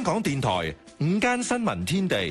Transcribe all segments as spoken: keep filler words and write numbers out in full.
港電台午間新聞天地，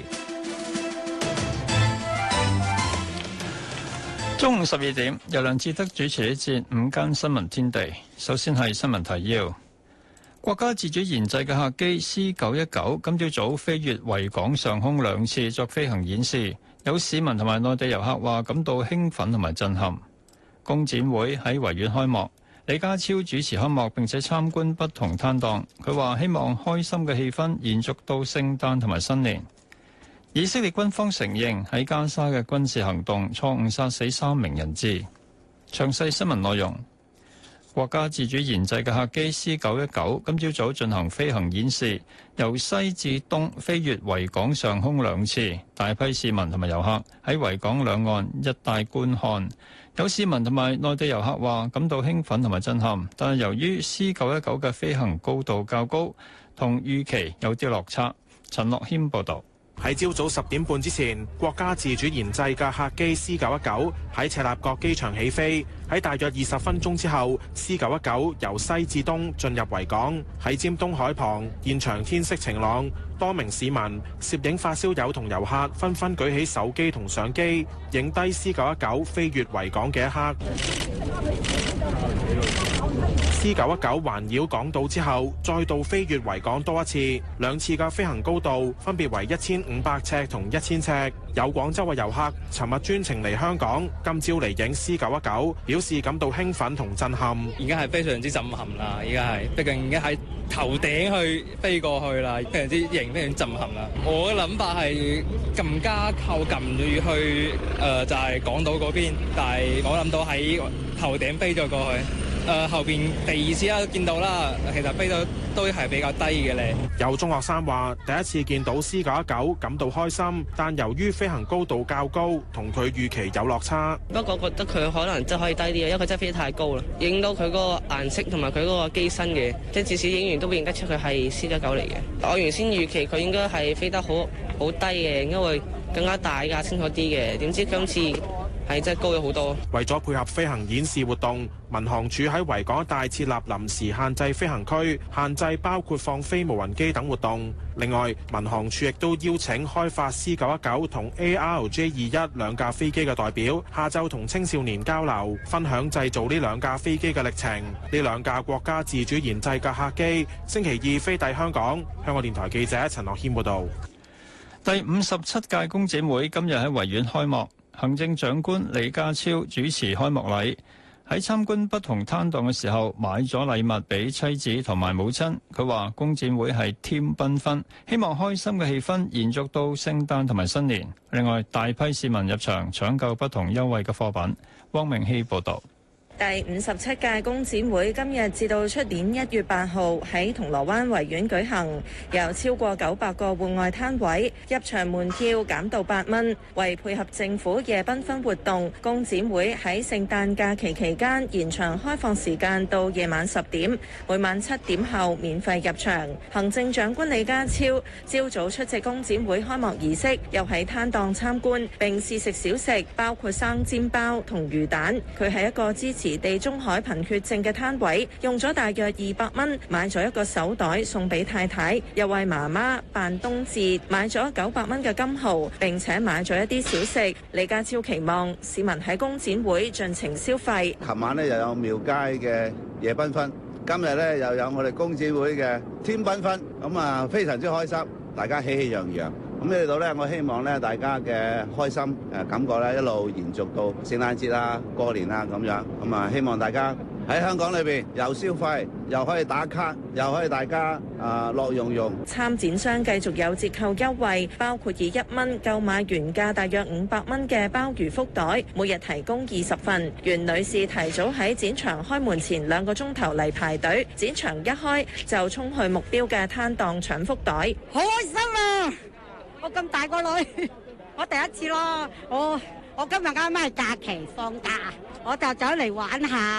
中午十二點由梁志德主持呢節午間新聞天地。首先係新聞提要：國家自主研製嘅客機 C 九一九今朝早飛越維港上空兩次作飛行演示，有市民同埋內地遊客話感到興奮同埋震撼。工展會喺維園開幕，李家超主持開幕並且參觀不同攤檔。佢話希望開心嘅氣氛延續到聖誕同埋新年。以色列軍方承認喺加沙嘅軍事行動錯誤殺死三名人質。詳細新聞內容：國家自主研製嘅客機 C 九一九今朝早進行飛行演示，由西至東飛越維港上空兩次，大批市民同埋遊客喺維港兩岸一帶觀看。有市民同埋內地遊客話感到興奮同埋震撼，但係由於 C 九一九嘅飛行高度較高，同預期有啲落差。陳樂謙報導。 喺朝早十點半之前，國家自主研製嘅客機 C 九一九喺赤鱲角機場起飛。喺大約二十分鐘之後 ，C 九一九由西至東進入維港，喺尖東海旁，現場天色晴朗，多名市民、攝影發燒友同遊客紛紛舉起手機同相機，影低 C 九一九飛越維港嘅一刻。C 九一九環繞港島之後，再度飛越維港多一次，兩次嘅飛行高度分別為一千五百尺同一千尺。有廣州嘅遊客尋日專程嚟香港，今朝嚟影 C 九一九，表示感到興奮同震撼。 而家係非常之震撼啦！而家係，畢竟而家喺頭頂去飛過去啦，非常之型，非常之震撼啦。我嘅諗法係更加靠近於去誒、呃，就係、是、港島嗰邊，但係我諗到喺頭頂飛咗過去。誒、呃、後邊第二次啦，見到啦，其實飛到都係比較低嘅咧。 有中學生話：第一次見到 C 九一九感到開心，但由於飛行高度較高，同佢預期有落差。 不過覺得佢可能真係可以低啲嘅，因為佢真係飛得太高啦，影到佢嗰個顏色同埋佢嗰個機身嘅，即係至少影完都會認得出佢係 C 九一九嚟嘅。我原先預期佢應該係飛得好好低嘅，應該會更加大㗎，清楚啲嘅。點知今次係真係高咗好多。為咗配合飛行演示活動，民航處喺維港一帶設立臨時限制飛行區，限制包括放飛無人機等活動。另外，民航處亦都邀請開發 C 九一九同 A R J 二一兩架飛機嘅代表，下晝同青少年交流，分享製造呢兩架飛機嘅歷程。呢兩架國家自主研製嘅客機，星期二飛抵香港。香港電台記者陳樂軒報導。 第五十七屆工展會今日喺維園開幕。行政長官李家超主持開幕禮，喺參觀不同攤檔嘅時候買咗禮物俾妻子同埋母親。佢話工展會係添繽紛，希望開心嘅氣氛延續到聖誕同埋新年。另外，大批市民入場搶購不同優惠嘅貨品。汪明希報導。 第五十七屆工展會今日至到出年一月八號喺銅鑼灣維園舉行，有超過九百個戶外攤位，入場門票減到八蚊。為配合政府夜繽紛活動，工展會喺聖誕假期期間延長開放時間到夜晚十點，每晚七點後免費入場。行政長官李家超朝早出席工展會開幕儀式，又喺攤檔參觀並試食小食，包括生煎包同魚蛋。佢係一個支持地中海貧血症嘅攤位，用咗大約二百蚊買咗一個手袋送俾太太，又為媽媽辦冬至買咗九百蚊嘅金蠔，並且買咗一啲小食。李家超期望市民喺工展會盡情消費。 琴晚咧又有廟街嘅夜繽紛，今日咧又有我哋工展會嘅添繽紛，咁啊非常之開心，大家喜氣洋洋。咁呢度咧，我希望咧大家嘅開心誒感覺咧一路延續到聖誕節啦、過年啦咁樣。咁啊，希望大家喺香港裏邊又消費，又可以打卡，又可以大家啊樂融融。 參展商繼續有折扣優惠，包括以一蚊購買原價大約五百蚊嘅鮑魚福袋，每日提供二十份。袁女士提早喺展場開門前兩個鐘頭嚟排隊，展場一開就衝去目標嘅攤檔搶福袋， 好開心啊！我咁大個女，我第一次咯。我我今日啱啱係假期放假，我就走嚟玩下。我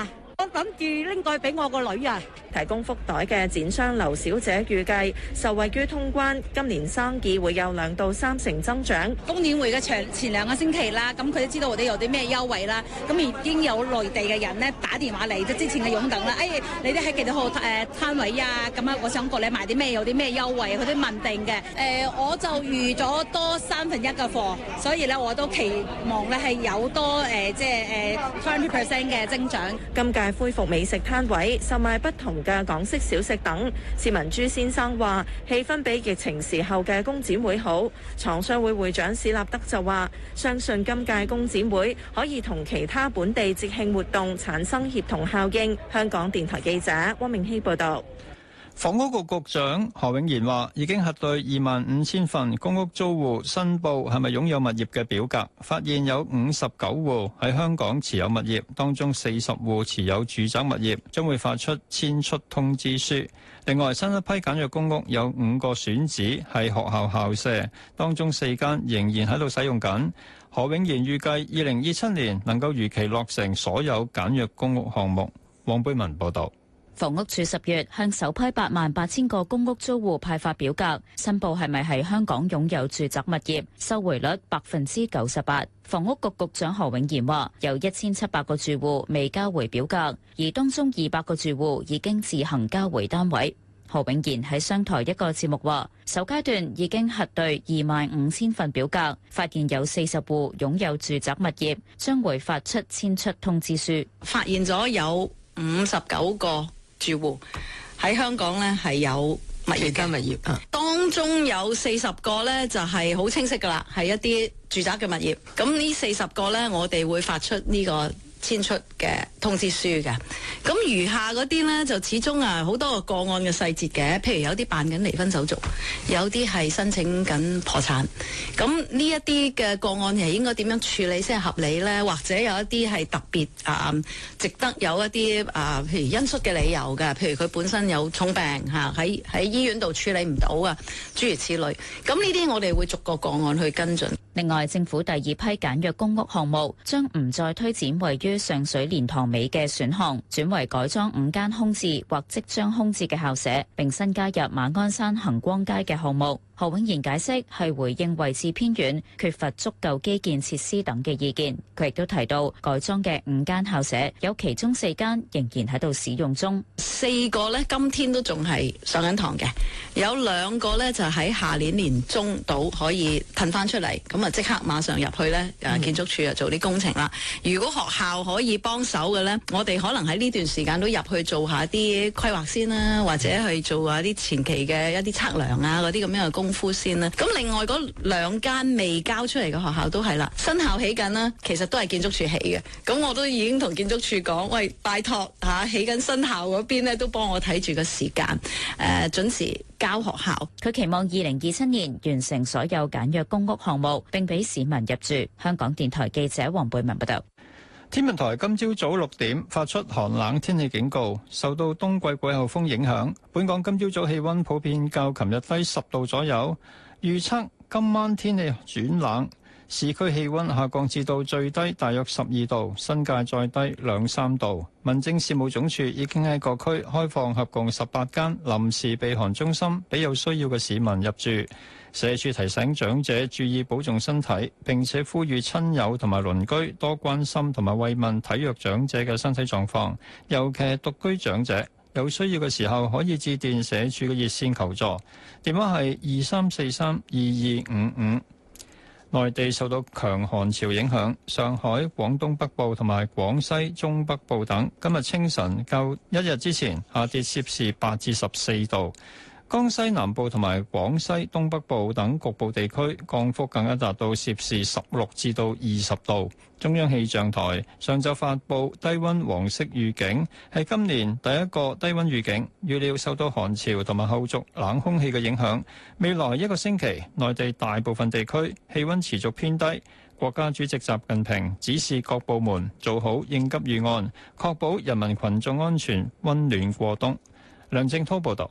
我諗住拎過去俾我個女啊。 提供福袋嘅展商劉小姐預計，受惠於通關，今年生意會有兩到三成增長。 工展會嘅前前兩個星期啦，咁佢都知道我哋有啲咩優惠啦，咁已經有內地嘅人咧打電話嚟，即係之前嘅擁躉啦，誒你哋喺幾多號誒攤位啊？咁啊，我想過你買啲咩，有啲咩優惠，佢都問定嘅。誒，我就預咗多三分一嘅貨，所以咧我都期望咧係有多誒即係誒twenty percent嘅增長。 今屆恢復美食攤位，售賣不同嘅港式小食等。市民朱先生話：氣氛比疫情時候嘅工展會好。廠商會會長史立德就話：相信今屆工展會可以同其他本地節慶活動產生協同效應。香港電台記者汪明希報導。 房屋局局長何永賢話：已經核對二萬五千份公屋租戶申報係咪擁有物業嘅表格，發現有五十九戶喺香港持有物業，當中四十戶持有住宅物業，將會發出遷出通知書。另外，新一批簡約公屋有五個選址係學校校舍，當中四間仍然喺度使用緊。何永賢預計二零二七年能夠如期落成所有簡約公屋項目。黃貝文報導。 房屋署十月向首批八萬八千個公屋租戶派發表格，申報係咪喺香港擁有住宅物業，收回率百分之九十八。房屋局局長何永賢話：有一千七百個住戶未交回表格，而當中二百個住戶已經自行交回單位。何永賢喺商台一個節目話：首階段已經核對二萬五千份表格，發現有四十戶擁有住宅物業，將會發出遷出通知書。 發現咗有五十九個住戶喺香港咧係有物業嘅物業，啊、當中有四十個咧就係好清晰噶啦，係一啲住宅嘅物業。咁呢四十個咧，我哋會發出呢個遷出嘅通知書嘅。咁餘下嗰啲呢，就始終啊好多個個案嘅細節嘅，譬如有啲辦緊離婚手續，有啲係申請緊破產。咁呢一啲嘅個案係應該點樣處理先係合理呢？或者有一啲係特別啊，值得有一啲啊，譬如因素嘅理由嘅，譬如佢本身有重病嚇，喺喺醫院度處理唔到啊，諸如此類。咁呢啲我哋會逐個個案去跟進。 另外，政府第二批簡約公屋項目將唔再推展位於上水蓮塘尾嘅選項，轉為改裝五間空置或即將空置嘅校舍，並新加入馬鞍山恒光街嘅項目。何永賢解釋係回應位置偏遠、缺乏足夠基建設施等嘅意見。佢亦都提到改裝嘅五間校舍，有其中四間仍然喺度使用中， 四個呢今天都仲係上緊堂嘅，有兩個呢就喺下年年中度可以騰翻出嚟，咁啊即刻馬上入去呢，誒建築署啊做啲工程啦。如果學校可以幫手嘅呢，我哋可能喺呢段時間都入去做下啲規劃先啦，或者去做下啲前期嘅一啲測量啊嗰啲咁樣嘅工功夫先啦，咁另外嗰兩間未交出嚟嘅學校都係啦，新校起緊啦，其實都係建築署起嘅，咁我都已經同建築署講，喂，拜託吓起緊新校嗰邊咧，都幫我睇住個時間，誒、呃，準時交學校。 佢期望二零二七年完成所有簡約公屋項目，並俾市民入住。香港電台記者黃貝文報道。 天文台今朝早六點發出寒冷天氣警告，受到冬季季候風影響，本港今朝早氣溫普遍較琴日低十度左右。預測今晚天氣轉冷，市區氣溫下降至到最低大約十二度，新界再低兩三度。民政事務總署已經喺各區開放合共十八間臨時避寒中心，俾有需要嘅市民入住。社署提醒長者注意保重身體，並且呼籲親友同埋鄰居多關心同埋慰問體弱長者嘅身體狀況，尤其係獨居長者。有需要嘅時候可以致電社署嘅熱線求助，電話係二三四三二二五五。內地受到強寒潮影響，上海、廣東北部同埋廣西中北部等今日清晨較一日之前下跌攝氏八至十四度。江西南部同埋廣西東北部等局部地區降幅更加達到攝氏十六至到二十度。中央氣象台上晝發布低溫黃色預警，係今年第一個低溫預警。預料受到寒潮同埋後續冷空氣嘅影響，未來一個星期內地大部分地區氣溫持續偏低。國家主席習近平指示各部門做好應急預案，確保人民群眾安全溫暖過冬。梁正滔報導。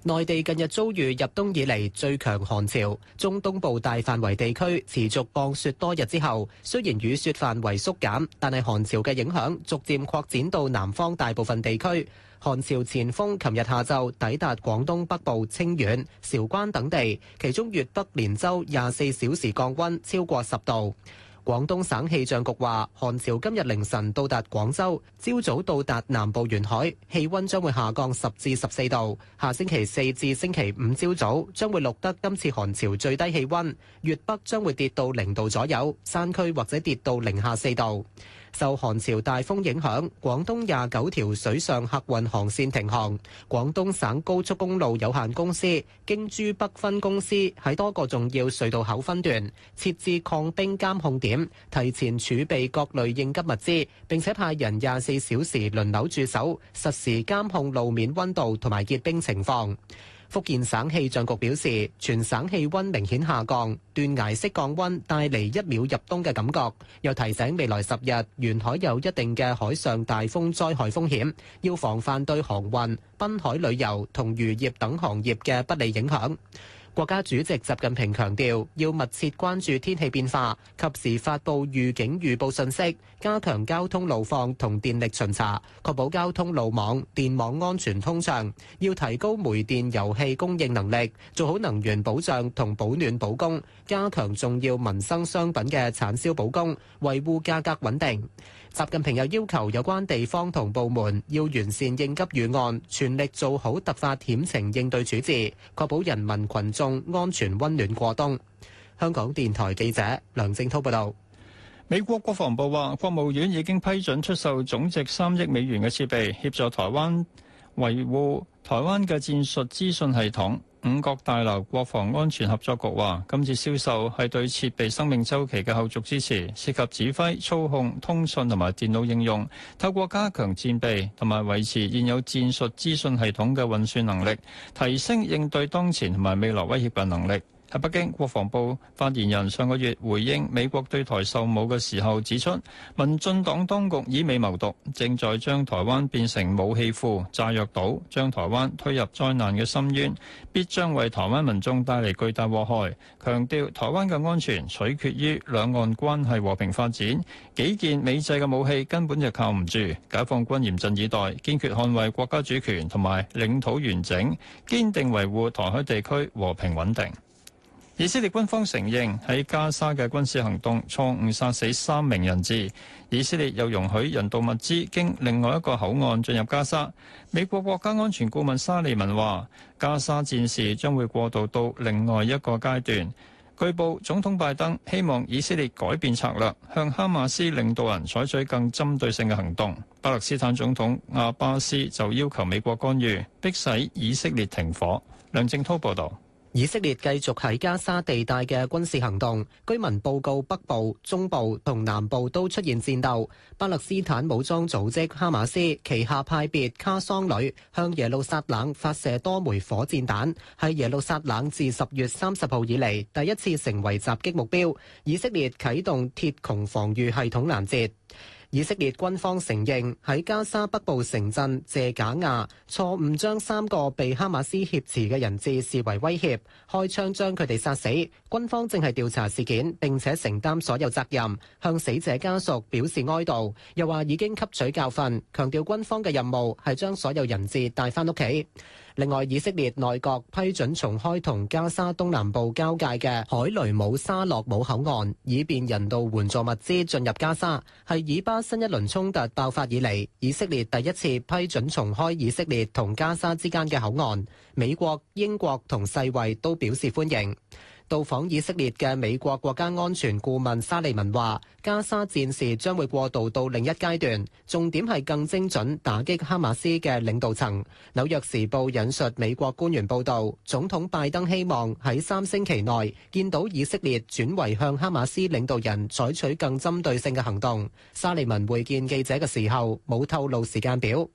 內地近日遭遇入冬以嚟最強寒潮，中東部大範圍地區持續降雪多日之後，雖然雨雪範圍縮減，但係寒潮嘅影響逐漸擴展到南方大部分地區。寒潮前鋒琴日下晝抵達廣東北部清遠、韶關等地，其中粵北連州廿四小時降溫超過十度。廣東省氣象局話，寒潮今日凌晨到達廣州，朝早到達南部沿海，氣溫將會下降十至十四度。下星期四至星期五朝早將會錄得今次寒潮最低氣溫，粵北將會跌到零度左右，山區或者跌到零下四度。受寒潮大風影響，廣東廿九條水上客運航線停航。廣東省高速公路有限公司京珠北分公司喺多個重要隧道口分段設置抗冰監控點，提前儲備各類應急物資，並且派人廿四小時輪流駐守，實時監控路面溫度同埋結冰情況。福建省氣象局表示，全省氣溫明顯下降，斷崖式降溫帶嚟一秒入冬嘅感覺，又提醒未來十日沿海有一定嘅海上大風災害風險，要防範對航運、濱海旅遊同漁業等行業嘅不利影響。國家主席習近平強調，要密切關注天氣變化，及時發布預警預報信息，加強交通路況同電力巡查，確保交通路網、電網安全通暢。要提高煤電油氣供應能力，做好能源保障同保暖保供，加強重要民生商品嘅產銷保供，維護價格穩定。習近平又要求有關地方同部門要完善應急預案，全力做好突發險情應對處置，確保人民群眾安全溫暖過冬。香港電台記者梁正滔報道。 美國國防部話，國務院已經批准出售總值三億美元嘅設備，協助台灣維護台灣嘅戰術資訊系統。五角大樓國防安全合作局話，今次銷售係對設備生命週期嘅後續支持，涉及指揮、操控、通訊同埋電腦應用，透過加強戰備同埋維持現有戰術資訊系統嘅運算能力，提升應對當前同埋未來威脅嘅能力。喺北京，國防部發言人上個月回應美國對台售武嘅時候指出，民進黨當局以美謀獨，正在將台灣變成武器庫、炸藥島，將台灣推入災難嘅深淵，必將為台灣民眾帶嚟巨大禍害。強調台灣嘅安全取決於兩岸關係和平發展，幾件美製嘅武器根本就靠唔住。解放軍嚴陣以待，堅決捍衛國家主權同埋領土完整，堅定維護台海地區和平穩定。以色列軍方承認喺加沙嘅軍事行動錯誤殺死三名人質。以色列又容許人道物資經另外一個口岸進入加沙。美國國家安全顧問沙利文話，加沙戰事將會過渡到另外一個階段。據報，總統拜登希望以色列改變策略，向哈馬斯領導人採取更針對性嘅行動。巴勒斯坦總統阿巴斯就要求美國干預，迫使以色列停火。梁正滔報導。 以色列繼續喺加沙地帶嘅軍事行動，居民報告北部、中部同南部都出現戰鬥。巴勒斯坦武裝組織哈馬斯旗下派別卡桑旅向耶路撒冷發射多枚火箭彈，係耶路撒冷自十月三十號以嚟第一次成為襲擊目標。以色列啟動鐵穹防禦系統攔截。以色列軍方承認喺加沙北部城鎮謝賈亞錯誤將三個被哈馬斯挾持嘅人質視為威脅，開槍將佢哋殺死。軍方正係調查事件，並且承擔所有責任，向死者家屬表示哀悼。又話已經吸取教訓，強調軍方嘅任務係將所有人質帶返屋企。另外，以色列內閣批准重開同加沙東南部交界嘅海雷姆沙洛姆口岸，以便人道援助物資進入加沙，係以巴新一輪衝突爆發以嚟，以色列第一次批准重開以色列同加沙之間嘅口岸。美國、英國同世衛都表示歡迎。到訪以色列嘅美國國家安全顧問沙利文話，加沙戰事將會過渡到另一階段，重點係更精準打擊哈馬斯嘅領導層。紐約時報引述美國官員報導，總統拜登希望喺三星期內見到以色列轉為向哈馬斯領導人採取更針對性嘅行動。沙利文會見記者嘅時候冇透露時間表。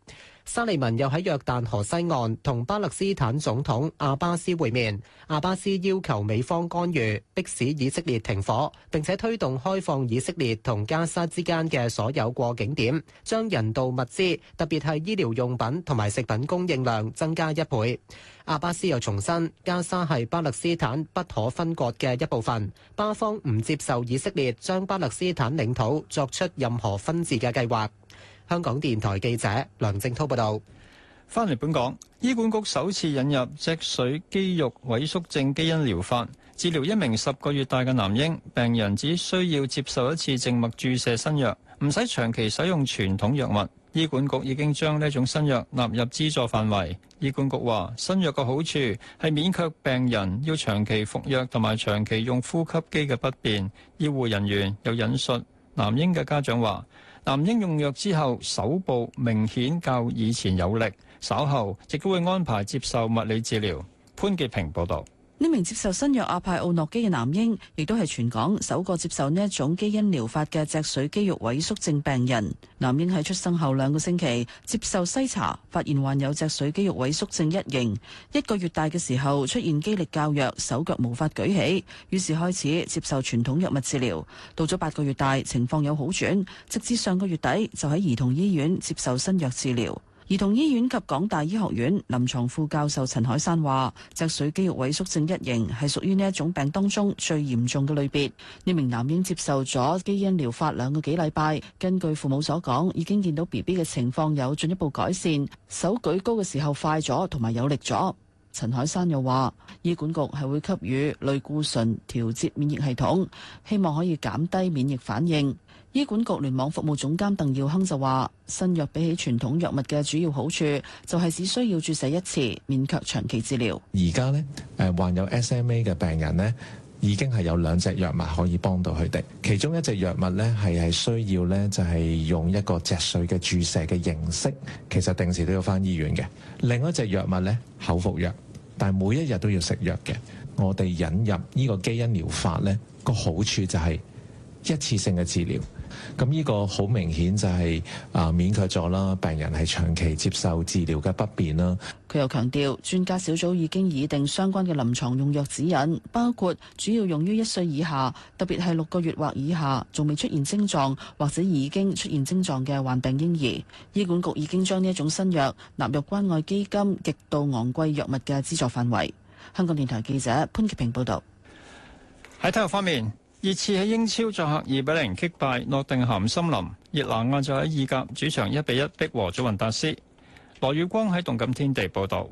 沙利文又喺約旦河西岸同巴勒斯坦總統阿巴斯會面。阿巴斯要求美方干預，迫使以色列停火，並且推動開放以色列同加沙之間嘅所有過境點，將人道物資，特別係醫療用品同埋食品供應量增加一倍。阿巴斯又重申，加沙係巴勒斯坦不可分割嘅一部分，巴方唔接受以色列將巴勒斯坦領土作出任何分治嘅計劃。香港電台記者梁正滔報導。 翻嚟本港，醫管局首次引入脊髓肌肉萎縮症基因療法，治療一名十個月大嘅男嬰，病人只需要接受一次靜脈注射新藥，唔使長期使用傳統藥物。醫管局已經將呢種新藥納入資助範圍。醫管局話，新藥嘅好處係免卻病人要長期服藥同埋長期用呼吸機嘅不便。醫護人員有引述男嬰嘅家長話，男嬰用藥之後手部明顯較以前有力，稍後亦都會安排接受物理治療。潘潔平報導。 呢名接受新藥阿派奧諾基嘅男嬰，亦都係全港首個接受呢一種基因療法嘅脊髓肌肉萎縮症病人。男嬰喺出生後兩個星期接受篩查，發現患有脊髓肌肉萎縮症一型。一個月大嘅時候出現肌力較弱，手腳無法舉起，於是開始接受傳統藥物治療。到咗八個月大，情況有好轉，直至上個月底就喺兒童醫院接受新藥治療。兒童醫院及港大醫學院臨床副教授陳海山話，脊髓肌肉萎縮症一型係屬於呢一種病當中最嚴重嘅類別。呢名男嬰接受咗基因療法兩個幾禮拜，根據父母所講，已經見到 B B 嘅情況有進一步改善，手舉高嘅時候快咗同埋有力咗。陳海山又話，醫管局係會給予類固醇調節免疫系統，希望可以減低免疫反應。醫管局聯網服務總監鄧耀鏗就話，新藥比起傳統藥物嘅主要好處就係只需要注射一次，免卻長期治療。 而家呢，誒患有 S M A 嘅病人呢，已經係有兩隻藥物可以幫到佢哋。其中一隻藥物呢，係係需要呢，就係用一個脊髓嘅注射嘅形式，其實定時都要返醫院嘅。另一隻藥物呢，口服藥，但係每一日都要食藥嘅。我哋引入呢個基因療法呢，個好處就係一次性嘅治療。咁呢個好明顯就係啊免卻咗啦，病人係長期接受治療嘅不便啦。 佢又強調，專家小組已經擬定相關嘅臨床用藥指引，包括主要用於一歲以下，特別係六個月或以下仲未出現症狀或者已經出現症狀嘅患病嬰兒。醫管局已經將呢一種新藥納入關愛基金極度昂貴藥物嘅資助範圍。香港電台記者潘潔平報導。 喺體育方面，熱刺喺英超作客二比零擊敗諾定咸森林，熱拿亞就喺意甲主場一比一逼和祖雲達斯。羅宇光喺動感天地報道。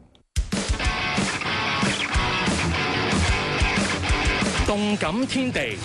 動感天地，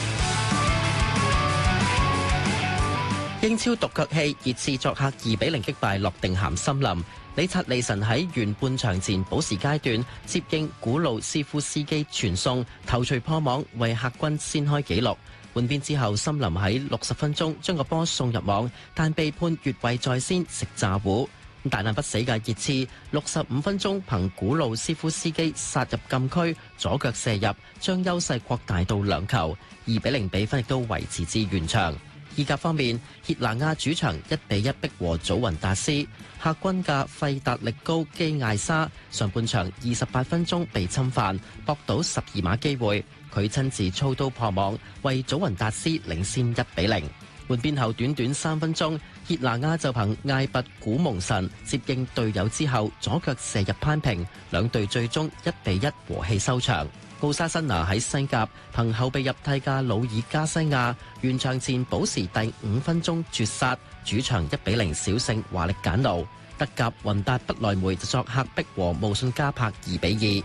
英超獨腳戲，熱刺作客二比零擊敗諾定咸森林。李察利臣喺完半場前補時階段接應古路斯夫斯基傳送頭槌破網，為客軍先開紀錄。換邊之後，森林喺六十分鐘將個波送入網，但被判越位在先，食炸糊。大難不死嘅熱刺六十五分鐘憑古路斯夫斯基殺入禁區，左腳射入，將優勢擴大到兩球，二比零比分亦都維持至完場。意甲方面，熱拿亞主場一比一逼和祖雲達斯。客軍嘅費達力高基艾沙上半場二十八分鐘被侵犯，搏到十二碼機會，佢親自操刀破網，為祖雲達斯領先一比零。換邊後短短三分鐘，熱拿亞就憑艾拔古蒙神接應隊友之後左腳射入攀平，兩隊最終一比一和氣收場。奧沙辛拿喺西甲憑後備入替嘅魯爾加西亞完場前補時第五分鐘絕殺，主場一比零小勝華力簡奴。德甲雲達不萊梅就作客逼和慕遜加柏二比二。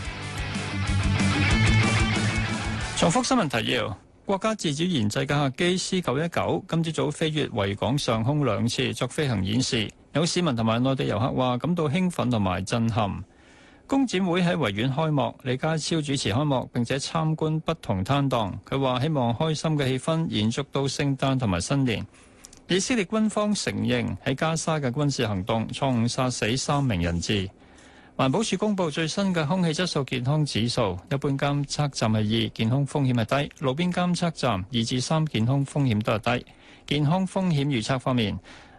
重複新聞提要：國家自主研製嘅客機 C 九一九今朝早飛越維港上空兩次作飛行演示，有市民同埋內地遊客話感到興奮同埋震撼。工展會喺維園開幕，李家超主持開幕並且參觀不同攤檔。佢話希望開心嘅氣氛延續到聖誕同埋新年。以色列軍方承認喺加沙嘅軍事行動錯誤殺死三名人質。環保署公布最新嘅空氣質素健康指數，一般監測站係二，健康風險係低；路邊監測站二至三，健康風險都係低。健康風險預測方面，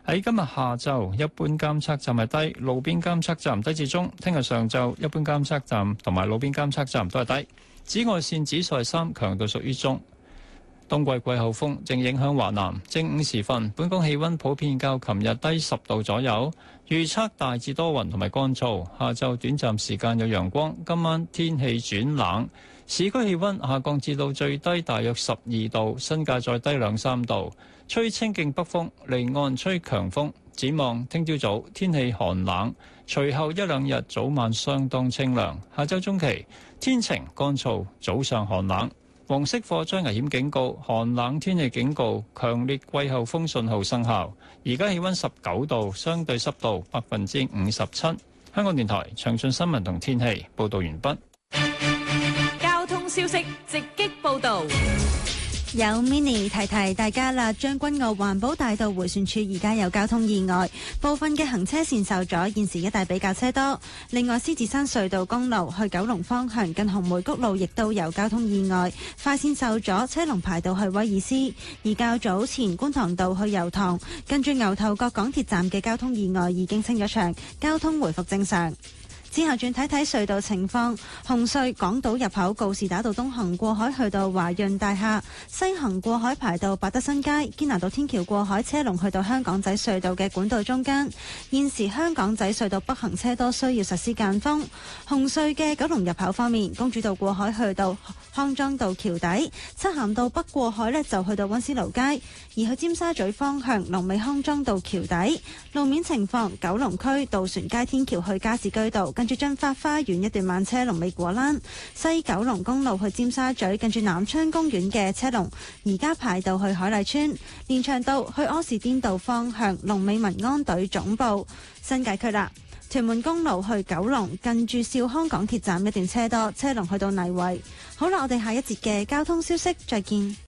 喺今日下晝，一般監測站係低，路邊監測站低至中。聽日上晝，一般監測站同埋路邊監測站都係低。紫外線指數係三，強度屬於中。冬季季候風正影響華南，正午時分，本港氣温普遍較琴日低十度左右。預測大致多雲同埋乾燥，下晝短暫時間有陽光。今晚天氣轉冷，市區氣温下降至到最低大約十二度，新界再低兩三度。吹清勁北風，離岸吹強風。展望聽朝早天氣寒冷，隨後一兩日早晚相當清涼。下週中期天晴乾燥，早上寒冷。黃色火災危險警告、寒冷天氣警告、強烈季候風信號生效。而家氣温十九度，相對濕度百分之五十七。香港電台詳盡新聞同天氣報導完畢。 交通消息直擊報導。 有 mini 提提大家啦，將軍澳環保大道迴旋處而家有交通意外，部分嘅行車線受阻，現時一帶比較車多。另外，獅子山隧道公路去九龍方向近紅梅谷路亦都有交通意外，快線受阻，車龍排到去威爾斯。而較早前觀塘道去油塘，跟住牛頭角港鐵站嘅交通意外已經清咗場，交通回復正常。之後轉睇睇隧道情況，紅隧港島入口告士打道東行過海去到華潤大廈，西行過海排到百德新街，堅拿道天橋過海車龍去到香港仔隧道嘅管道中間。現時香港仔隧道北行車多，需要實施間封。紅隧嘅九龍入口方面，公主道過海去到康莊道橋底，漆咸道北過海呢就去到溫思勞街，而去尖沙咀方向龍尾康莊道橋底。路面情況，九龍區渡船街天橋去加士居道，跟住駿發花園一段慢車龍尾果欄，西九龍公路去尖沙咀近住南昌公園嘅車龍而家排到去海麗村，連翔道去柯士甸道方向龍尾民安隊總部。新界區啦，屯門公路去九龍近住兆康港鐵站一段車多，車龍去到泥圍。好啦，我哋下一節嘅交通消息再見。